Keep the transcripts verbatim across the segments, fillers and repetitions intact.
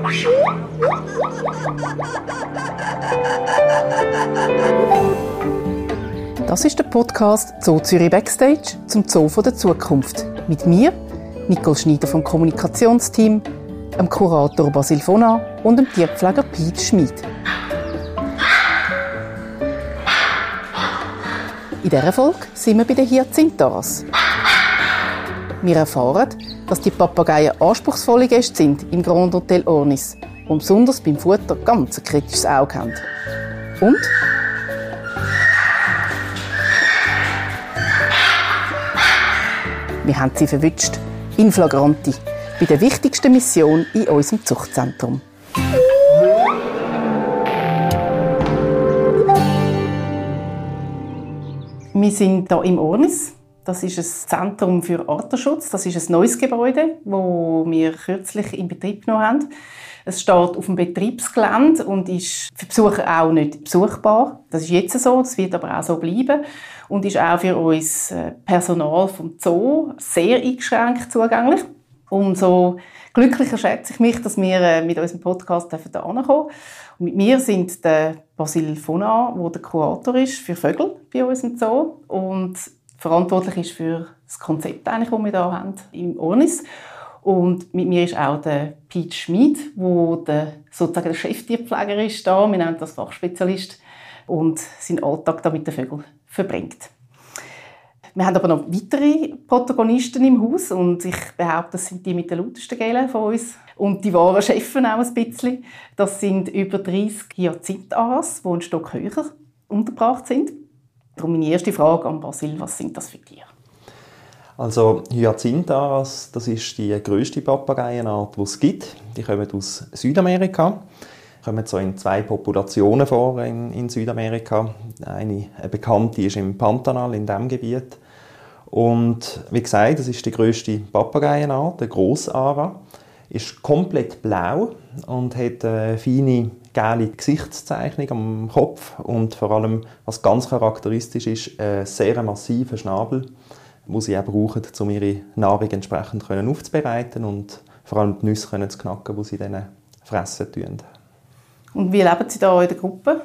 Das ist der Podcast Zoo Zürich Backstage zum Zoo der Zukunft. Mit mir, Nicole Schneider vom Kommunikationsteam, dem Kurator Basil Fona und dem Tierpfleger Piet Schmid. In dieser Folge sind wir bei den Hyazintharas. Wir erfahren, dass die Papageien anspruchsvolle Gäste sind im Grand Hotel Ornis und besonders beim Futter ganz ein kritisches Auge haben. Und wir haben sie verwünscht, in flagranti, bei der wichtigsten Mission in unserem Zuchtzentrum. Wir sind hier im Ornis. Das ist ein Zentrum für Artenschutz. Das ist ein neues Gebäude, das wir kürzlich in Betrieb genommen haben. Es steht auf dem Betriebsgelände und ist für Besucher auch nicht besuchbar. Das ist jetzt so, das wird aber auch so bleiben. Und ist auch für uns Personal vom Zoo sehr eingeschränkt zugänglich. Umso glücklicher schätze ich mich, dass wir mit unserem Podcast hier kommen dürfen. Und mit mir sind der Basil Fona, der der Kurator ist für Vögel bei uns im Zoo und verantwortlich ist für das Konzept, eigentlich, das wir hier haben im Ornis. Und mit mir ist auch der Piet Schmid, der der, sozusagen der Cheftierpfleger ist da. Wir nennen das Fachspezialist und seinen Alltag da mit den Vögeln verbringt. Wir haben aber noch weitere Protagonisten im Haus und ich behaupte, das sind die mit den lautesten Gellen von uns. Und die wahren Chefen auch ein bisschen. Das sind über dreissig Hyazintharas, die einen Stock höher untergebracht sind. Darum meine erste Frage an Basil, was sind das für Tiere? Also Hyazintharas, das ist die grösste Papageienart, die es gibt. Die kommen aus Südamerika. Die kommen so in zwei Populationen vor in, in Südamerika. Eine, eine bekannte ist im Pantanal, in diesem Gebiet. Und wie gesagt, das ist die grösste Papageienart, der Grossara. Ist komplett blau und hat eine feine gelbe Gesichtszeichnung am Kopf. Und vor allem, was ganz charakteristisch ist, einen sehr massiven Schnabel, die sie auch brauchen, um ihre Nahrung entsprechend aufzubereiten und vor allem die Nüsse zu knacken, die sie dann fressen tun. Und wie leben sie da in der Gruppe?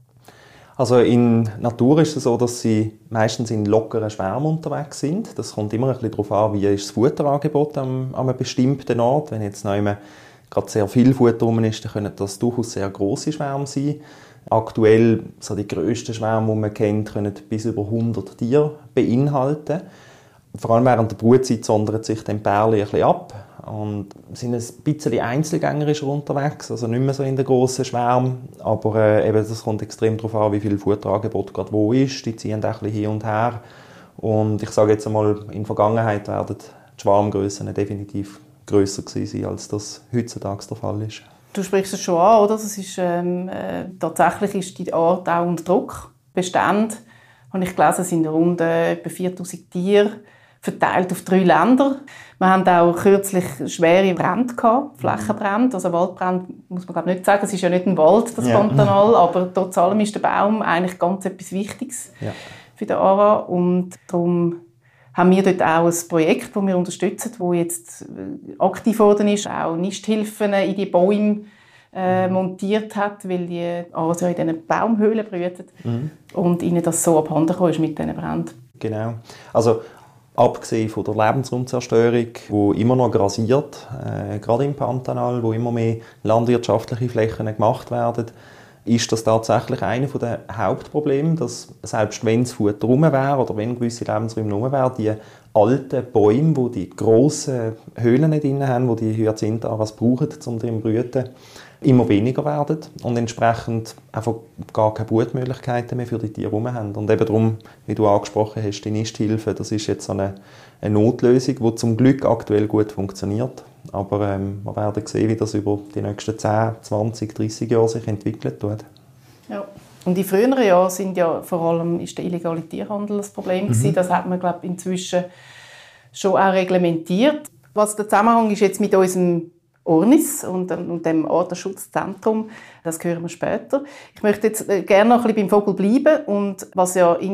Also in der Natur ist es so, dass sie meistens in lockeren Schwärmen unterwegs sind. Das kommt immer ein bisschen darauf an, wie ist das Futterangebot an einem bestimmten Ort. Wenn jetzt noch immer gerade sehr viel Futter rum ist, dann können das durchaus sehr grosse Schwärme sein. Aktuell so die grössten Schwärme, die man kennt, können bis über hundert Tiere beinhalten. Vor allem während der Brutzeit sondert sich die Pärchen ein bisschen ab und sind ein bisschen einzelgängerischer unterwegs, also nicht mehr so in den grossen Schwärmen, aber äh, eben, das kommt extrem darauf an, wie viel Futterangebot gerade wo ist. Die ziehen auch ein bisschen hin und her und ich sage jetzt einmal, in der Vergangenheit werden die Schwarmgrössen definitiv grösser gewesen sein, als das heutzutage der Fall ist. Du sprichst es schon an, oder? Das ist, ähm, äh, tatsächlich ist die Art auch unter Druck. Bestände, habe ich gelesen, sind rund äh, etwa viertausend Tiere verteilt auf drei Länder. Wir hatten auch kürzlich schwere Brände gehabt, Flächenbrände. Also Waldbrände muss man glaube nicht sagen, es ist ja nicht ein Wald, das ja. Pantanal, aber trotz allem ist der Baum eigentlich ganz etwas Wichtiges ja. für den Ara. Und darum haben wir dort auch ein Projekt, das wir unterstützen, das jetzt aktiv geworden ist, auch Nisthilfen in die Bäume äh, montiert hat, weil die Aras ja in diesen Baumhöhlen brüten mhm. und ihnen das so abhanden gekommen ist mit diesen Bränden. Genau. Also abgesehen von der Lebensraumzerstörung, die immer noch grasiert, äh, gerade im Pantanal, wo immer mehr landwirtschaftliche Flächen gemacht werden, ist das tatsächlich einer der Hauptprobleme, dass selbst wenn das Futter rum wäre oder wenn gewisse Lebensräume rum wären, die alten Bäume, die die grossen Höhlen drin haben, die die Hyazintharas brauchen, um drin zu brüten, immer weniger werden und entsprechend einfach gar keine Brutmöglichkeiten mehr für die Tiere herum haben. Und eben darum, wie du angesprochen hast, die Nisthilfe, das ist jetzt so eine, eine Notlösung, die zum Glück aktuell gut funktioniert. Aber ähm, wir werden sehen, wie das über die nächsten zehn, zwanzig, dreissig Jahre sich entwickelt tut. Ja. Und in früheren Jahren sind ja vor allem ist der illegale Tierhandel das Problem gewesen. Mhm. Das hat man, glaube ich, inzwischen schon auch reglementiert. Was der Zusammenhang ist jetzt mit unserem Ornis und, und dem Artenschutzzentrum, das hören wir später. Ich möchte jetzt gerne noch ein bisschen beim Vogel bleiben und was ja ihn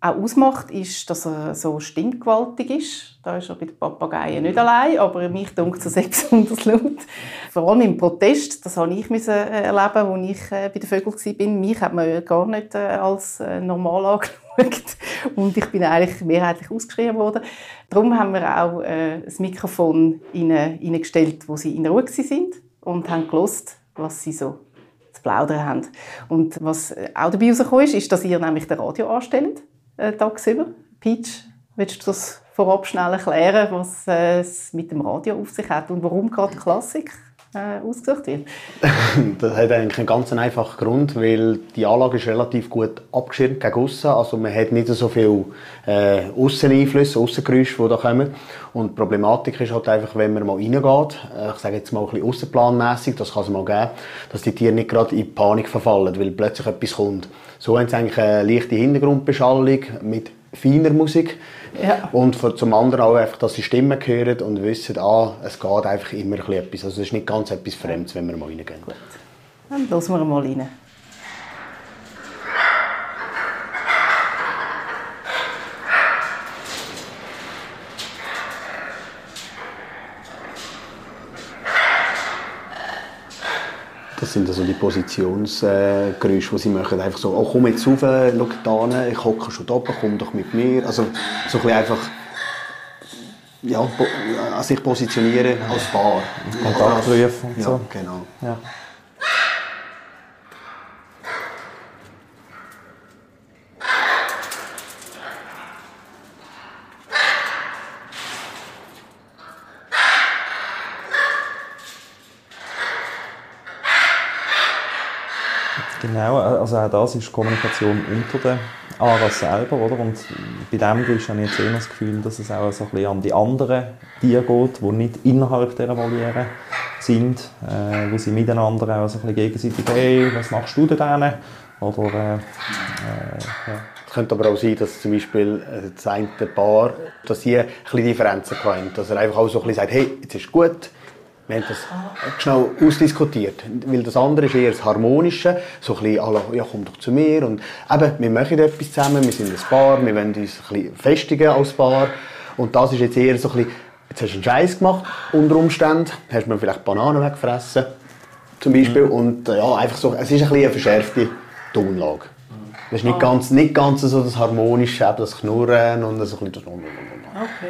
auch ausmacht, ist, dass er so stimmgewaltig ist. Da ist er bei den Papageien nicht allein, aber mich dunkt es sehr besonders laut. Vor allem im Protest, das habe ich erleben, als ich bei den Vögeln war. Mich hat man gar nicht als normal angeschaut und ich bin eigentlich mehrheitlich ausgeschrieben worden. Darum haben wir auch ein Mikrofon hineingestellt, wo sie in Ruhe waren und haben gehört, was sie so zu plaudern haben. Und was auch dabei herausgekommen ist, ist, dass ihr nämlich das Radio anstellt, äh, tagsüber. Peach, willst du das vorab schnell erklären, was äh, es mit dem Radio auf sich hat und warum gerade Klassik äh, ausgesucht wird? Das hat eigentlich einen ganz einfachen Grund, weil die Anlage ist relativ gut abgeschirmt gegen aussen. Also man hat nicht so viele äh, Ausseneinflüsse, Aussengeräusche, die da kommen. Und die Problematik ist halt einfach, wenn man mal reingeht, äh, ich sage jetzt mal ein bisschen aussenplanmässig, das kann es mal geben, dass die Tiere nicht gerade in Panik verfallen, weil plötzlich etwas kommt. So haben sie eigentlich eine leichte Hintergrundbeschallung mit feiner Musik. Ja. Und für, zum anderen auch einfach, dass sie Stimmen hören und wissen, ah, es geht einfach immer etwas. Also es ist nicht ganz etwas Fremdes, wenn wir mal reingehen. Gut. Dann hören wir mal rein. Das sind also die Positionsgeräusche, die sie machen. Einfach so, oh, komm jetzt rauf, schau da hin, ich hocke schon da oben, komm doch mit mir. Also so ein bisschen einfach ja, po- sich positionieren als Paar. Kontakt rufen und ja, so. Genau. Ja. Genau, also auch das ist Kommunikation unter den Aras selber, oder? Und bei dem Geräusch habe ich jetzt eher das Gefühl, dass es auch so ein bisschen an die anderen Tiere geht, die nicht innerhalb dieser Voliere sind, äh, wo sie miteinander auch so ein bisschen gegenseitig «Hey, was machst du denn?» oder äh, äh, ja. Es könnte aber auch sein, dass zum Beispiel das eine Paar, dass sie ein bisschen Differenzen haben, dass er einfach auch so ein bisschen sagt «Hey, jetzt ist gut». Wir haben das schnell ausdiskutiert, weil das andere ist eher das Harmonische, so ein bisschen, «Alla, ja, komm doch zu mir» und eben, wir machen etwas zusammen, wir sind ein Paar, wir wollen uns ein bisschen festigen als Paar und das ist jetzt eher so ein bisschen, jetzt hast du einen Scheiß gemacht, unter Umständen, hast du vielleicht Bananen weggefressen, zum Beispiel, mhm. und ja, einfach so, es ist ein bisschen eine verschärfte Tonlage. Das ist nicht, oh. ganz, nicht ganz so das Harmonische, das Knurren und so ein bisschen das... Okay.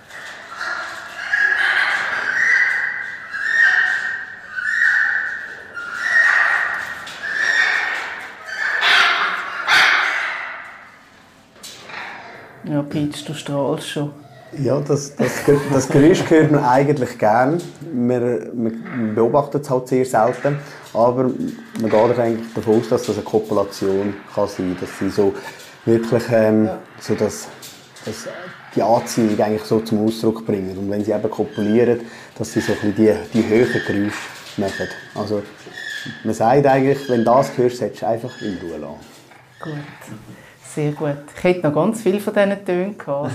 Ja, Peach, du strahlst schon. Ja, das, das, das Geräusch hört man eigentlich gern. Man, man beobachtet es halt sehr selten. Aber man geht eigentlich davon aus, dass das eine Kopulation kann sein kann. Dass sie so wirklich ähm, ja. so das, das, die Anziehung eigentlich so zum Ausdruck bringen. Und wenn sie eben kopulieren, dass sie so ein bisschen die, die höheren Geräusche machen. Also man sagt eigentlich, wenn du das hörst, solltest du einfach in Ruhe lassen. Gut. Sehr gut. Ich hätte noch ganz viele von diesen Tönen gehabt.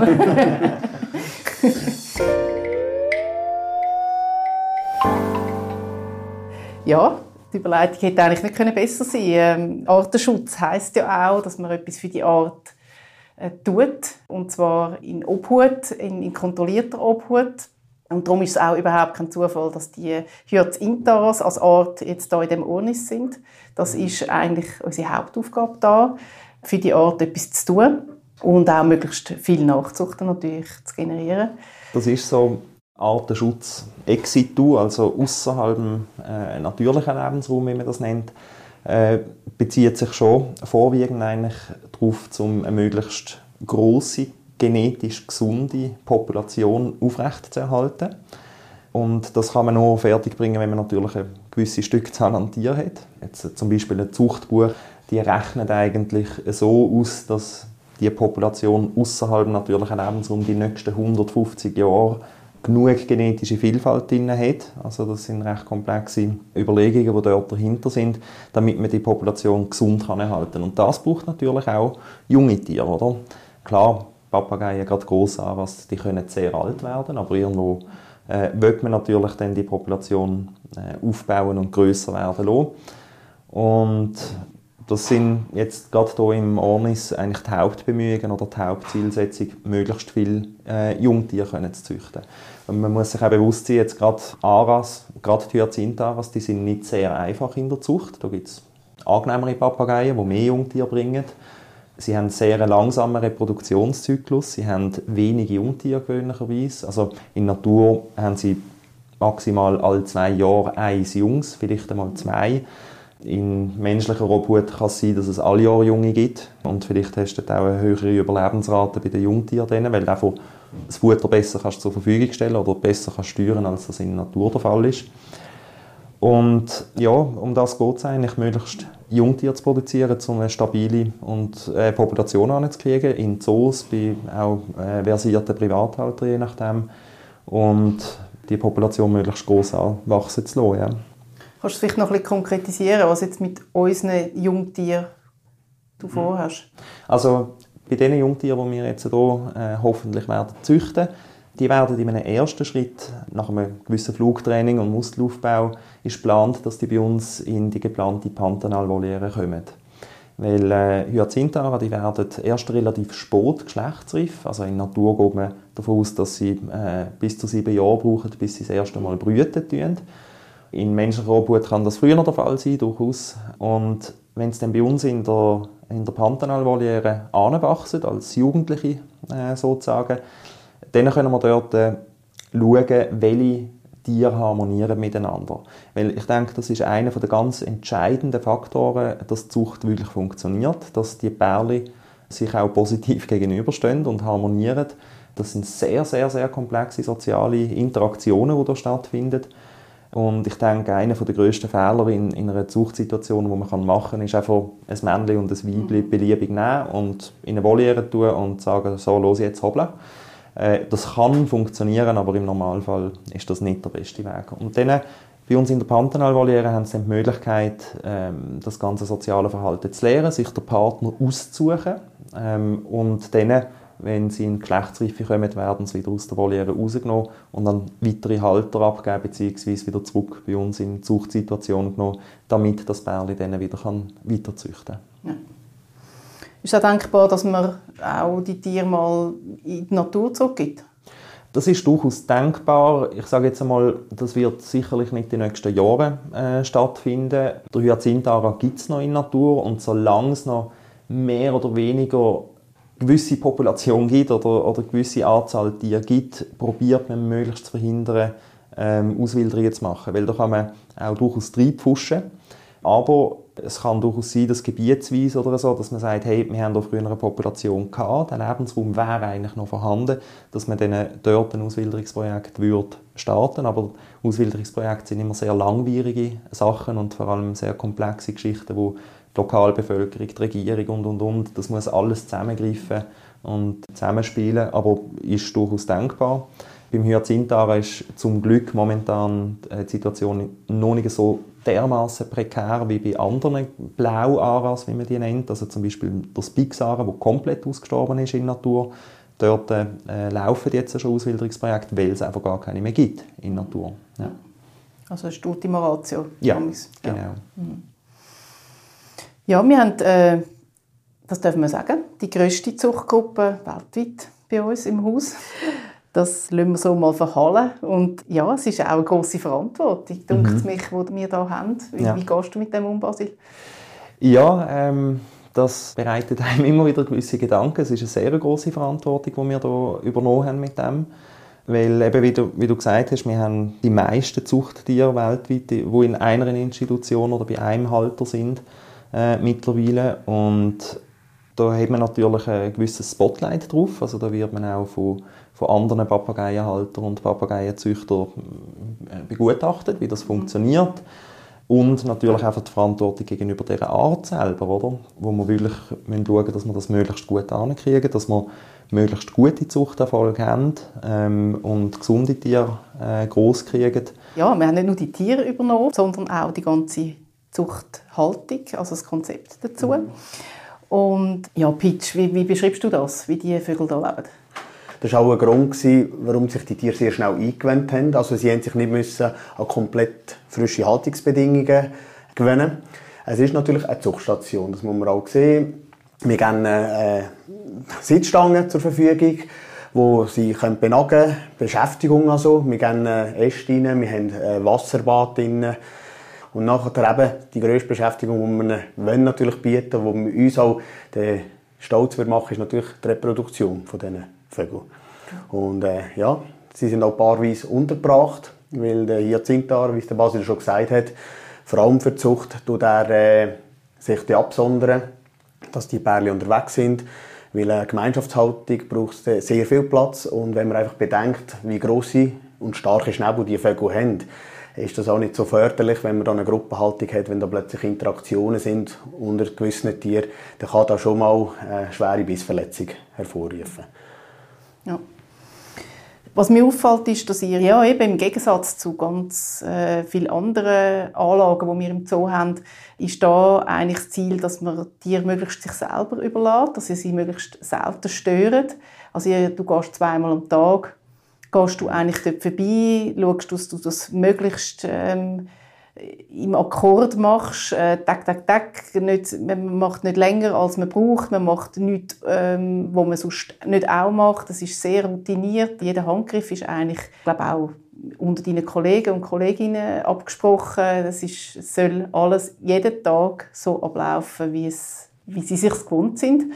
Ja, die Überleitung hätte eigentlich nicht besser sein können. Ähm, Artenschutz heisst ja auch, dass man etwas für die Art äh, tut. Und zwar in Obhut, in, in kontrollierter Obhut. Und darum ist es auch überhaupt kein Zufall, dass die Hyazintharas als Art jetzt hier in diesem Ornis sind. Das ist eigentlich unsere Hauptaufgabe da, für die Art etwas zu tun und auch möglichst viel Nachzuchten natürlich zu generieren. Das ist so Artenschutz ex situ, also außerhalb dem äh, natürlichen Lebensraum, wie man das nennt, äh, bezieht sich schon vorwiegend eigentlich darauf, um eine möglichst grosse, genetisch gesunde Population aufrechtzuerhalten. Und das kann man nur fertigbringen, wenn man natürlich eine gewisse Stückzahl an Tieren hat. Jetzt zum Beispiel ein Zuchtbuch, die rechnet eigentlich so aus, dass die Population außerhalb des natürlichen Lebensraums die nächsten hundertfünfzig Jahre genug genetische Vielfalt drin hat. Also das sind recht komplexe Überlegungen, die dort dahinter sind, damit man die Population gesund kann erhalten kann. Und das braucht natürlich auch junge Tiere, oder? Klar, Papageien, gerade Grossaras, die können sehr alt werden, aber irgendwo äh, will man natürlich dann die Population äh, aufbauen und grösser werden lassen. Und Das sind jetzt gerade hier im Ornis eigentlich die Hauptbemühungen oder die Hauptzielsetzung, möglichst viele äh, Jungtiere können zu züchten. Und man muss sich auch bewusst sein, jetzt gerade Aras, gerade die Hyazinthe-Aras, die sind nicht sehr einfach in der Zucht. Da gibt es angenehmere Papageien, die mehr Jungtiere bringen. Sie haben einen sehr langsamen Reproduktionszyklus, sie haben wenige Jungtiere gewöhnlicherweise. Also in der Natur haben sie maximal alle zwei Jahre ein Jungs, vielleicht einmal zwei. In menschlicher Obhut kann es sein, dass es alle Jahre Junge gibt. Und vielleicht hast du auch eine höhere Überlebensrate bei den Jungtieren, weil du einfach das Futter besser kannst zur Verfügung stellen oder besser kannst steuern, als das in der Natur der Fall ist. Und ja, um das geht es eigentlich, möglichst Jungtiere zu produzieren, um eine stabile und, äh, Population anzukriegen, in Zoos, bei auch äh, versierten Privathaltern, je nachdem. Und die Population möglichst gross anwachsen zu lassen. Ja. Kannst du vielleicht noch ein bisschen konkretisieren, was jetzt mit unseren Jungtieren du vorhast? Also bei den Jungtieren, die wir jetzt hier äh, hoffentlich werden züchten, die werden in einem ersten Schritt, nach einem gewissen Flugtraining und Muskelaufbau, ist geplant, dass die bei uns in die geplante Pantanal-Voliere kommen. Weil äh, Hyazinthe-Aras, die werden erst relativ spät geschlechtsreif. Also in der Natur geht man davon aus, dass sie äh, bis zu sieben Jahre brauchen, bis sie das erste Mal brüten tun. In menschlicher Obhut kann das früher der Fall sein, durchaus. Und wenn sie dann bei uns in der, in der Pantanal-Voliere anwachsen, als Jugendliche äh, sozusagen, dann können wir dort äh, schauen, welche Tiere harmonieren miteinander. Weil ich denke, das ist einer der ganz entscheidenden Faktoren, dass die Zucht wirklich funktioniert, dass die Pärchen sich auch positiv gegenüberstehen und harmonieren. Das sind sehr, sehr, sehr komplexe soziale Interaktionen, die da stattfinden. Und ich denke, einer der grössten Fehler in, in einer Zuchtsituation, die man machen kann, ist einfach ein Männchen und ein Weibchen beliebig nehmen und in eine Voliere tun und sagen, so, los jetzt hoppla. Äh, das kann funktionieren, aber im Normalfall ist das nicht der beste Weg. Und dann, bei uns in der Pantanal-Voliere haben sie dann die Möglichkeit, ähm, das ganze soziale Verhalten zu lernen, sich den Partner auszusuchen ähm, und dann, wenn sie in die Geschlechtsreife kommen, werden sie wieder aus der Voliere rausgenommen und dann weitere Halter abgeben, beziehungsweise wieder zurück bei uns in die Zuchtsituation genommen, damit das Pärchen dann wieder weiter züchten kann. Ja. Ist es auch denkbar, dass man auch die Tiere mal in die Natur zurückgibt? Das ist durchaus denkbar. Ich sage jetzt einmal, das wird sicherlich nicht in den nächsten Jahren äh, stattfinden. Der Hyazinthe-Aras gibt es noch in der Natur und solange es noch mehr oder weniger gewisse Population gibt oder, oder eine gewisse Anzahl Tiere gibt, probiert man möglichst zu verhindern, ähm, Auswilderungen zu machen. Weil da kann man auch durchaus reinpfuschen. Aber es kann durchaus sein, dass gebietsweise oder so, dass man sagt, hey, wir haben da früher eine Population gehabt, der Lebensraum wäre eigentlich noch vorhanden, dass man dann dort ein Auswilderungsprojekt würde starten. Aber Auswilderungsprojekte sind immer sehr langwierige Sachen und vor allem sehr komplexe Geschichten, wo die Lokalbevölkerung, die Regierung und, und, und, das muss alles zusammengreifen und zusammenspielen, aber ist durchaus denkbar. Beim Hyazinthe-Aras ist zum Glück momentan die Situation noch nicht so dermaßen prekär wie bei anderen Blau-Aras, wie man die nennt. Also zum Beispiel der Spix-Aras, der komplett ausgestorben ist in der Natur. Dort äh, laufen jetzt schon Auswilderungsprojekte, weil es einfach gar keine mehr gibt in der Natur. Ja. Also eine Ultima Ratio. Ja, ja, genau. Mhm. Ja, wir haben, äh, das dürfen wir sagen, die grösste Zuchtgruppe weltweit bei uns im Haus. Das lassen wir so mal verhallen. Und ja, es ist auch eine grosse Verantwortung, mhm. denkt es mich, die wir hier haben. Wie, ja. wie gehst du mit dem um, Basil? Ja, ähm, das bereitet einem immer wieder gewisse Gedanken. Es ist eine sehr grosse Verantwortung, die wir hier übernommen haben mit dem. Weil, eben, wie, du, wie du gesagt hast, wir haben die meisten Zuchttiere weltweit, die in einer Institution oder bei einem Halter sind äh, mittlerweile. Und da hat man natürlich ein gewisses Spotlight drauf. Also da wird man auch von von anderen Papageienhaltern und Papageienzüchtern begutachtet, wie das funktioniert. Und natürlich auch die Verantwortung gegenüber dieser Art selber, oder? Wo wir wirklich schauen müssen, dass wir das möglichst gut hinkriegen, dass wir möglichst gute Zuchterfolge haben ähm, und gesunde Tiere äh, gross kriegen. Ja, wir haben nicht nur die Tiere übernommen, sondern auch die ganze Zuchthaltung, also das Konzept dazu. Mhm. Und ja, Pitch, wie, wie beschreibst du das, wie die Vögel hier leben? Das war auch ein Grund, warum sich die Tiere sehr schnell eingewöhnt haben. Also sie mussten sich nicht müssen an komplett frische Haltungsbedingungen gewöhnen. Es ist natürlich eine Zuchtstation, das muss man auch sehen. Wir geben äh, Sitzstangen zur Verfügung, wo sie können benagen können, Beschäftigung also. Wir geben äh, Äste rein, wir haben ein Wasserbad drin. Und nachher eben die grösste Beschäftigung, die wir wollen natürlich bieten, wo wir uns auch den Stolz machen, ist natürlich die Reproduktion von diesen Vögeln. Und äh, ja, sie sind auch paarweise untergebracht, weil der Hyazinthaar, wie es der Basil schon gesagt hat, vor allem für die Zucht tut er äh, sich die absondern, dass die Pärchen unterwegs sind. Weil eine Gemeinschaftshaltung braucht sehr viel Platz. Und wenn man einfach bedenkt, wie grosse und starke Schnäbel die Vögel haben, ist das auch nicht so förderlich, wenn man da eine Gruppenhaltung hat, wenn da plötzlich Interaktionen sind unter gewissen Tieren, dann kann das schon mal eine schwere Bissverletzung hervorrufen. Ja. Was mir auffällt, ist, dass ihr ja eben im Gegensatz zu ganz äh, vielen anderen Anlagen, die wir im Zoo haben, ist da eigentlich das Ziel, dass man Tiere möglichst sich selber überlässt, dass ihr sie möglichst selten stören. Also ihr, du gehst zweimal am Tag, gehst du eigentlich dort vorbei, schaust, dass du das möglichst ähm, im Akkord machst, äh, tak, tak, tak, nicht, man macht nicht länger, als man braucht, man macht nichts, ähm, was man sonst nicht auch macht, das ist sehr routiniert, jeder Handgriff ist eigentlich, ich glaube auch unter deinen Kollegen und Kolleginnen abgesprochen, das ist, es soll alles jeden Tag so ablaufen, wie, es, wie sie sich gewohnt sind.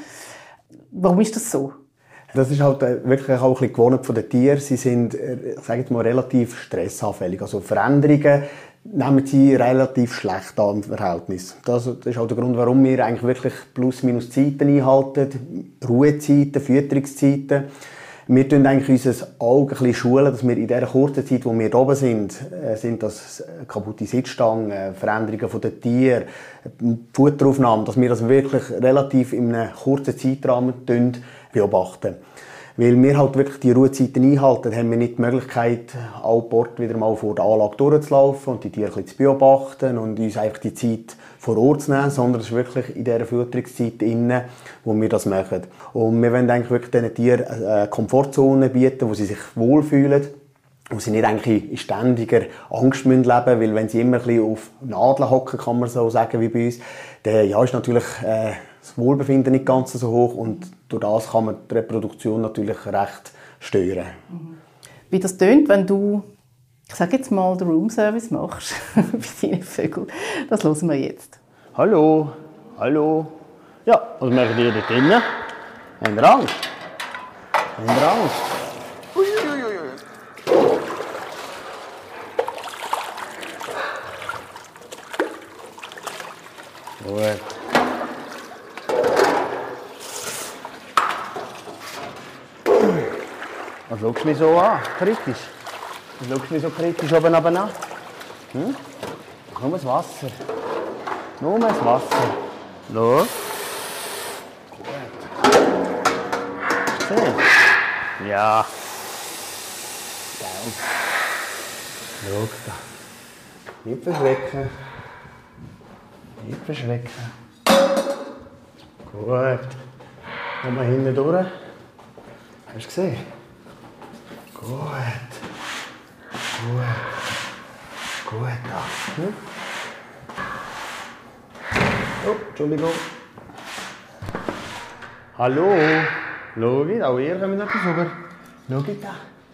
Warum ist das so? Das ist halt wirklich auch ein bisschen gewohnt von den Tieren. Sie sind, sage ich mal, relativ stressanfällig. Also Veränderungen nehmen sie relativ schlecht an im Verhältnis. Das ist auch der Grund, warum wir eigentlich wirklich plus-minus Zeiten einhalten, Ruhezeiten, Fütterungszeiten. Wir tun eigentlich unser Auge ein bisschen schulen, dass wir in dieser kurzen Zeit, wo wir hier oben sind, sind das kaputte Sitzstangen, Veränderungen von den Tieren, Futteraufnahmen, dass wir das wirklich relativ in einem kurzen Zeitrahmen beobachten. Weil wir halt wirklich die Ruhezeiten einhalten, haben wir nicht die Möglichkeit, alle Bord wieder mal vor der Anlage durchzulaufen und die Tiere ein bisschen zu beobachten und uns einfach die Zeit vor Ort zu nehmen, sondern es ist wirklich in dieser Fütterungszeit innen, wo wir das machen. Und wir wollen eigentlich wirklich diesen Tieren eine Komfortzone bieten, wo sie sich wohlfühlen, wo sie nicht eigentlich in ständiger Angst leben müssen, weil wenn sie immer ein bisschen auf Nadeln hocken, kann man so sagen, wie bei uns, dann ja, ist natürlich äh, das Wohlbefinden nicht ganz so hoch und durch das kann man die Reproduktion natürlich recht stören. Wie das tönt, wenn du, ich sage jetzt mal, den Roomservice machst bei deinen Vögeln, das hören wir jetzt. Hallo, hallo. Ja, was machen die da drinnen? Haben ihr Angst? Haben ihr Angst? Gut. Was schaust du mich so an? Kritisch? Was schaust du mich so kritisch oben an? Hm? Nur das Wasser. Nur das Wasser. Los. Gut. Siehst? Ja. Schau da. Nicht verschrecken. Nicht verschrecken. Gut. Komm mal hinten durch. Hast du gesehen? Gut. Gut. Gut da. Hm? Oh, Entschuldigung. Hallo. Schau, auch ihr kommt noch rüber. Schau da.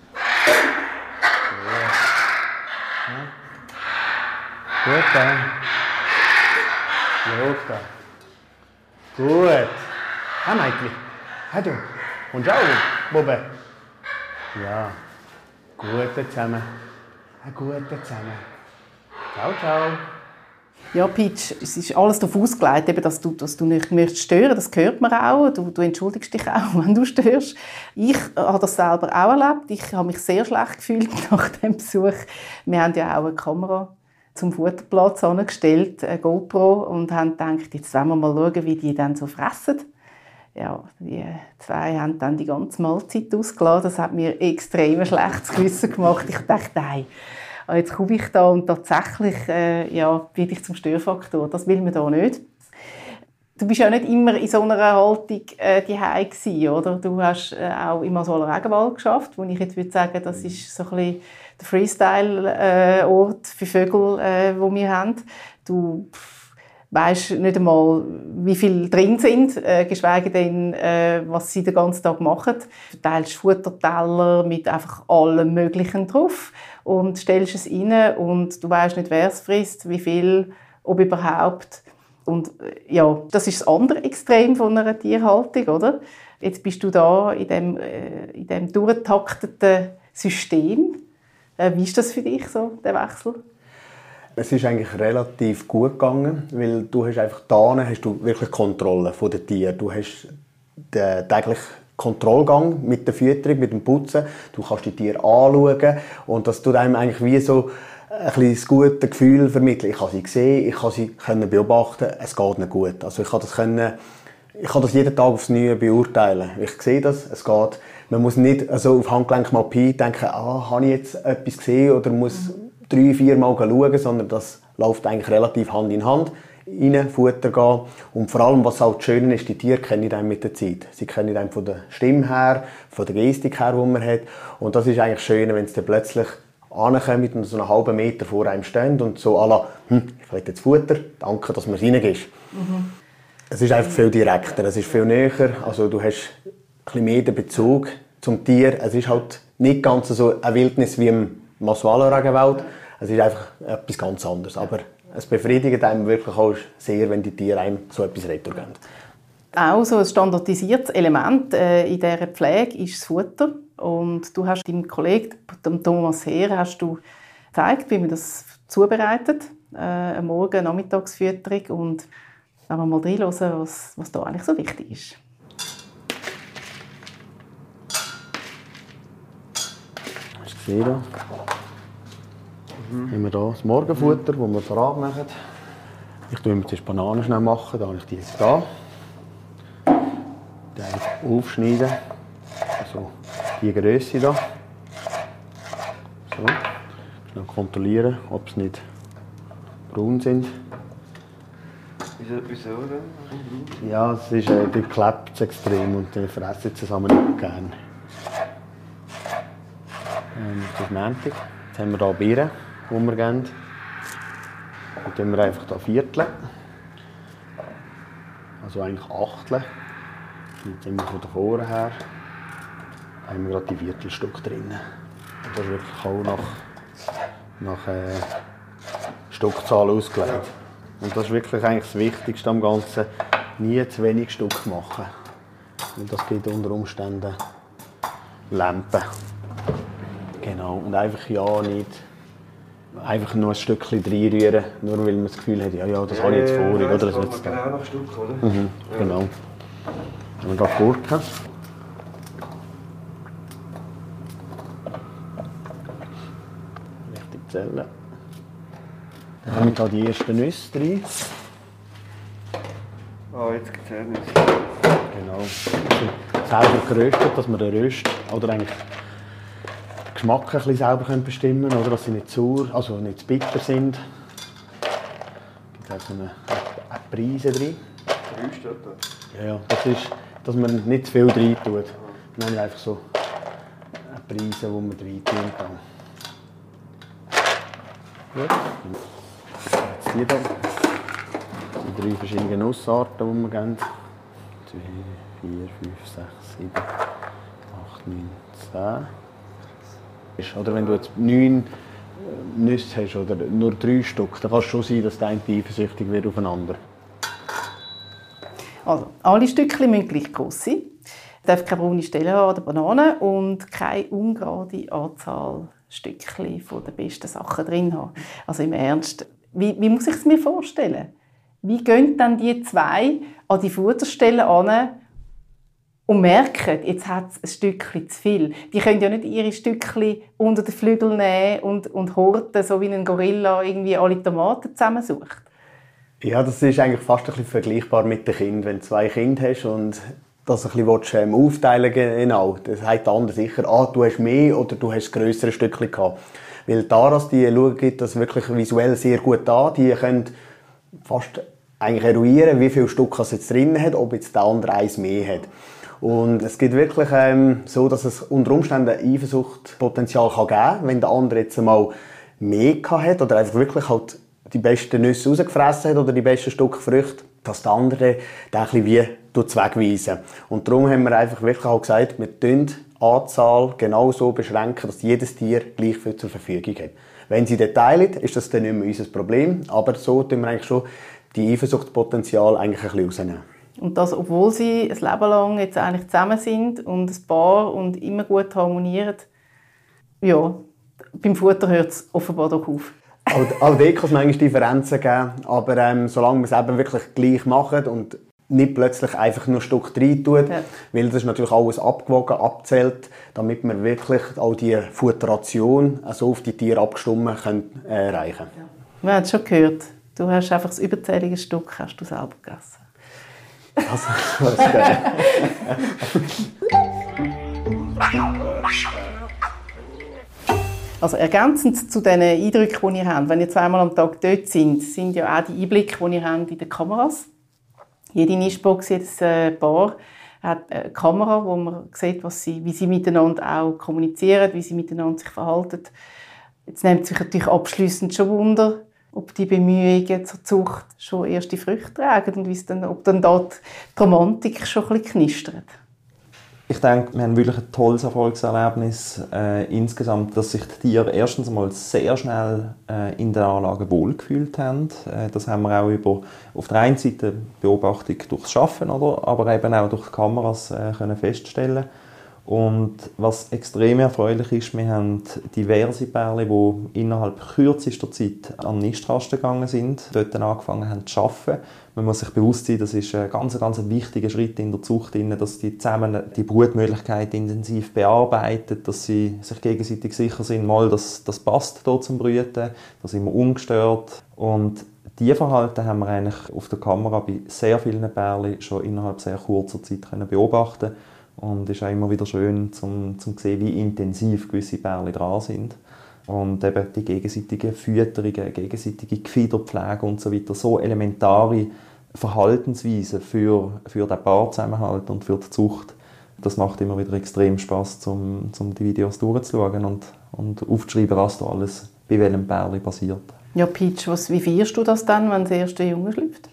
Ja. Gut da. Schau da. Gut. Hey, Mädchen. Hey, du. Und schau, Bube. Ja. Gute zusammen. Ein guter zusammen. Ciao, ciao. Ja, Peach, es ist alles darauf ausgelegt, eben, dass, du, dass du nicht möchtest stören. Das hört man auch. Du, du entschuldigst dich auch, wenn du störst. Ich habe das selber auch erlebt. Ich habe mich sehr schlecht gefühlt nach dem Besuch. Wir haben ja auch eine Kamera zum Futterplatz angestellt, eine GoPro, und haben gedacht, jetzt wollen wir mal schauen, wie die dann so fressen. Ja, die zwei haben dann die ganze Mahlzeit ausgelassen. Das hat mir extrem schlechtes Gewissen gemacht. Ich dachte, nein, jetzt komme ich da und tatsächlich äh, ja, werde ich zum Störfaktor. Das will man da nicht. Du bist ja nicht immer in so einer Haltung äh, daheim gewesen, oder? Du hast äh, auch im Asoler Regenwald geschafft, wo ich jetzt würde sagen, das ist so ein bisschen der Freestyle-Ort äh, für Vögel, äh, wo wir haben. Du, weisst nicht einmal, wie viel drin sind, äh, geschweige denn, äh, was sie den ganzen Tag machen. Du verteilst Futterteller mit einfach allem Möglichen drauf und stellst es rein und du weisst nicht, wer es frisst, wie viel, ob überhaupt. Und ja, das ist das andere Extrem von einer Tierhaltung, oder? Jetzt bist du da in dem, äh, in dem durchgetakteten System. Äh, wie ist das für dich, so, der Wechsel? Es ist eigentlich relativ gut gegangen, weil du hast einfach da hast du wirklich Kontrolle von den Tieren. Du hast den täglichen Kontrollgang mit der Fütterung, mit dem Putzen. Du kannst die Tiere anschauen und das tut einem eigentlich wie so ein bisschen das gute Gefühl vermitteln. Ich habe sie gesehen, ich kann sie können beobachten, es geht ihnen gut. Also ich kann das können, ich kann das jeden Tag aufs Neue beurteilen. Ich sehe das, es geht. Man muss nicht also auf Handgelenk mal Pi denken, ah, habe ich jetzt etwas gesehen oder muss drei, vier Mal schauen, sondern das läuft eigentlich relativ Hand in Hand. Rein, Futter gehen. Und vor allem, was halt schön ist, die Tiere kennen einen mit der Zeit. Sie kennen einen von der Stimme her, von der Gestik her, die man hat. Und das ist eigentlich schön, wenn sie dann plötzlich ankommen und so einen halben Meter vor einem stehen und so à la, hm, ich will jetzt Futter, danke, dass du mir reingibst. Mhm. Es ist einfach viel direkter, es ist viel näher, also du hast ein bisschen mehr den Bezug zum Tier. Es ist halt nicht ganz so eine Wildnis wie im Masuala-Regenwald, es ist einfach etwas ganz anderes. Aber es befriedigt einem wirklich auch sehr, wenn die Tiere einem so etwas retour geben. Auch so ein standardisiertes Element äh, in dieser Pflege ist das Futter. Und du hast deinem Kollegen, dem Thomas Heer, hast du gezeigt, wie man das zubereitet, äh, eine Morgen-, Nachmittagsfütterung. Und wenn wir mal reinhören, was, was da eigentlich so wichtig ist. Hast du gesehen? Mhm. Haben wir hier das Morgenfutter, das wir parat machen. Ich tue mir jetzt Bananen schnell machen, da habe ich die jetzt da. Die aufschneiden. Also die Grösse hier. So. Schnell kontrollieren, ob sie nicht braun sind. Wieso denn? Ja, es ist, äh, die klebt extrem und die fressen sie zusammen nicht gerne. Ähm, das ist Montag. Jetzt haben wir hier Beeren, die wir geben. Die tun wir einfach hier vierteln. Also eigentlich achteln. Jetzt immer von der Vorne her. Da haben wir gerade die Viertelstück drin. Und das ist wirklich auch nach, nach äh, Stückzahl ausgelegt. Und das ist wirklich eigentlich das Wichtigste am Ganzen. Nie zu wenig Stück machen. Und das gibt unter Umständen Lampen. Genau. Und einfach ja nicht einfach nur ein Stückchen reinrühren, nur weil man das Gefühl hat, ja, ja, das habe ich jetzt vorig. Oder das wird genau nach Stück, oder? Mhm, genau. Dann haben wir hier Gurken. Richtig zählen. Dann haben wir hier die ersten Nüsse drin. Ah, jetzt gibt es auch Nüsse. Genau. Selber geröstet, dass wir den Röst oder eigentlich den Geschmack ein bisschen selber bestimmen können, oder dass sie nicht sauer, also nicht zu bitter sind. Es gibt auch so eine, eine Prise drin. Drei steht da. Ja, ja, das ist, dass man nicht zu viel rein tut. Dann haben wir einfach so eine Prise, die man rein tun kann. Gut. Jetzt die hier. Die drei verschiedenen Nussarten, die wir geben. zwei, vier, fünf, sechs, sieben, acht, neun, zehn. Oder wenn du jetzt neun Nüsse hast oder nur drei Stück, dann kann es schon sein, dass der eine eifersüchtig wird aufeinander. Also, alle Stückchen müssen gleich gross sein. Es darf keine braune Stelle haben an der Banane und keine ungerade Anzahl Stückchen von den besten Sachen drin haben. Also im Ernst, wie, wie muss ich es mir vorstellen? Wie gehen dann die zwei an die Futterstelle an und merken, jetzt hat es ein Stückchen zu viel? Die können ja nicht ihre Stückchen unter den Flügel nehmen und, und horten, so wie ein Gorilla irgendwie alle Tomaten zusammensucht. Ja, das ist eigentlich fast ein bisschen vergleichbar mit den Kindern. Wenn du zwei Kinder hast und das ein bisschen ähm, aufteilen genau, dann sagt der andere sicher, ah, du hast mehr oder du hast ein grösseres Stückchen gehabt. Weil die Aras, die schauen das wirklich visuell sehr gut an. Die können fast eigentlich eruieren, wie viele Stück es jetzt drin hat, ob jetzt der andere eins mehr hat. Und es gibt wirklich ähm, so, dass es unter Umständen Eifersuchtpotenzial kann geben kann, wenn der andere jetzt einmal mehr hat oder einfach wirklich halt die besten Nüsse rausgefressen hat oder die besten Stück Früchte, dass der andere den ein bisschen wie wegweisen. Und darum haben wir einfach wirklich auch gesagt, wir beschränken die Anzahl genau so beschränken, dass jedes Tier gleich viel zur Verfügung hat. Wenn sie das teilen, ist das dann nicht mehr unser Problem, aber so tun wir eigentlich schon die Eifersuchtspotenzial eigentlich ein bisschen rausnehmen. Und das, obwohl sie ein Leben lang jetzt eigentlich zusammen sind und ein Paar und immer gut harmonieren, ja, beim Futter hört es offenbar doch auf. Auch, auch dort kann es manchmal Differenzen geben, aber ähm, solange wir es eben wirklich gleich machen und nicht plötzlich einfach nur ein Stück rein tut, ja. Weil das ist natürlich alles abgewogen, abzählt, damit wir wirklich auch die Futteration so auf die Tiere abgestimmt können, äh, erreichen können. Ja. Wir haben es schon gehört, du hast einfach das überzählige Stück hast du selber gegessen. Das, das ist geil. Also ergänzend zu den Eindrücken, die ihr habt, wenn ihr zweimal am Tag dort sind, sind ja auch die Einblicke, die ihr habt in den Kameras. Jede Nischbox, jedes Paar hat eine Kamera, wo man sieht, was sie, wie sie miteinander auch kommunizieren, wie sie miteinander sich verhalten. Jetzt nimmt sich natürlich abschliessend schon Wunder, ob die Bemühungen zur Zucht schon erste Früchte tragen und wie dann, ob dann dort die Romantik schon ein bisschen knistert. Ich denke, wir haben wirklich ein tolles Erfolgserlebnis äh, insgesamt, dass sich die Tiere erstens einmal sehr schnell äh, in der Anlage wohlgefühlt haben. Äh, das haben wir auch über auf der einen Seite Beobachtung durchs Schaffen, oder, aber eben auch durch die Kameras äh, können feststellen. Und was extrem erfreulich ist, wir haben diverse Pärchen, die innerhalb kürzester Zeit an den Nistkasten gegangen sind, dort angefangen haben zu arbeiten. Man muss sich bewusst sein, das ist ein ganz, ganz wichtiger Schritt in der Zucht, dass die zusammen die Brutmöglichkeit intensiv bearbeiten, dass sie sich gegenseitig sicher sind, mal, dass das passt hier zum Brüten, das sind wir ungestört. Und diese Verhalten haben wir eigentlich auf der Kamera bei sehr vielen Pärchen schon innerhalb sehr kurzer Zeit beobachten. Und es ist auch immer wieder schön, zum, zum zu sehen, wie intensiv gewisse Pärchen dran sind. Und eben die gegenseitigen Fütterungen, gegenseitige Gefiederpflege und so weiter, so elementare Verhaltensweisen für, für den Paarzusammenhalt und für die Zucht. Das macht immer wieder extrem Spass, um, um die Videos durchzuschauen und, und aufzuschreiben, was da alles bei welchem Pärchen passiert. Ja, Peach, was, wie feierst du das dann, wenn das erste Junge schlüpft?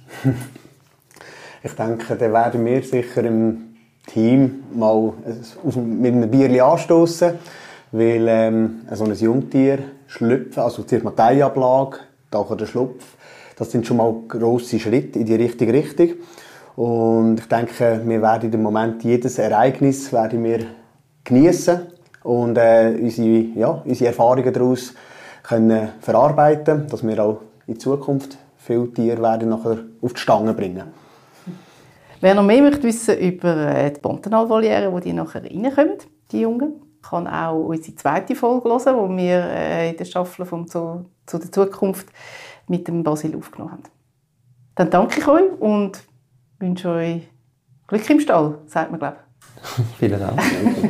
Ich denke, dann werden wir sicher im Team mal auf, mit einem Bierchen anstoßen, weil ähm, so ein Jungtier schlüpfen, also zuerst mal die Eiablage, dann der Schlupf, das sind schon mal grosse Schritte in die richtige Richtung. Und ich denke, wir werden im Moment jedes Ereignis werden wir geniessen und äh, unsere, ja, unsere Erfahrungen daraus können verarbeiten, dass wir auch in Zukunft viele Tiere werden nachher auf die Stange bringen. Wer noch mehr möchte wissen über die Pontenal-Voliere, wo die nachher reinkommen, die Jungen, kann auch unsere zweite Folge hören, wo wir in der Staffel vom Zoo zu der Zukunft mit dem Basil aufgenommen haben. Dann danke ich euch und wünsche euch Glück im Stall, sagt man, glaube ich. Vielen Dank.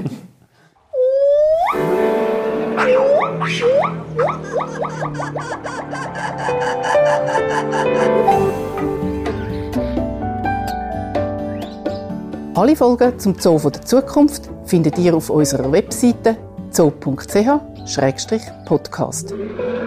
Alle Folgen zum Zoo der Zukunft findet ihr auf unserer Webseite zoo punkt c h Schrägstrich Podcast.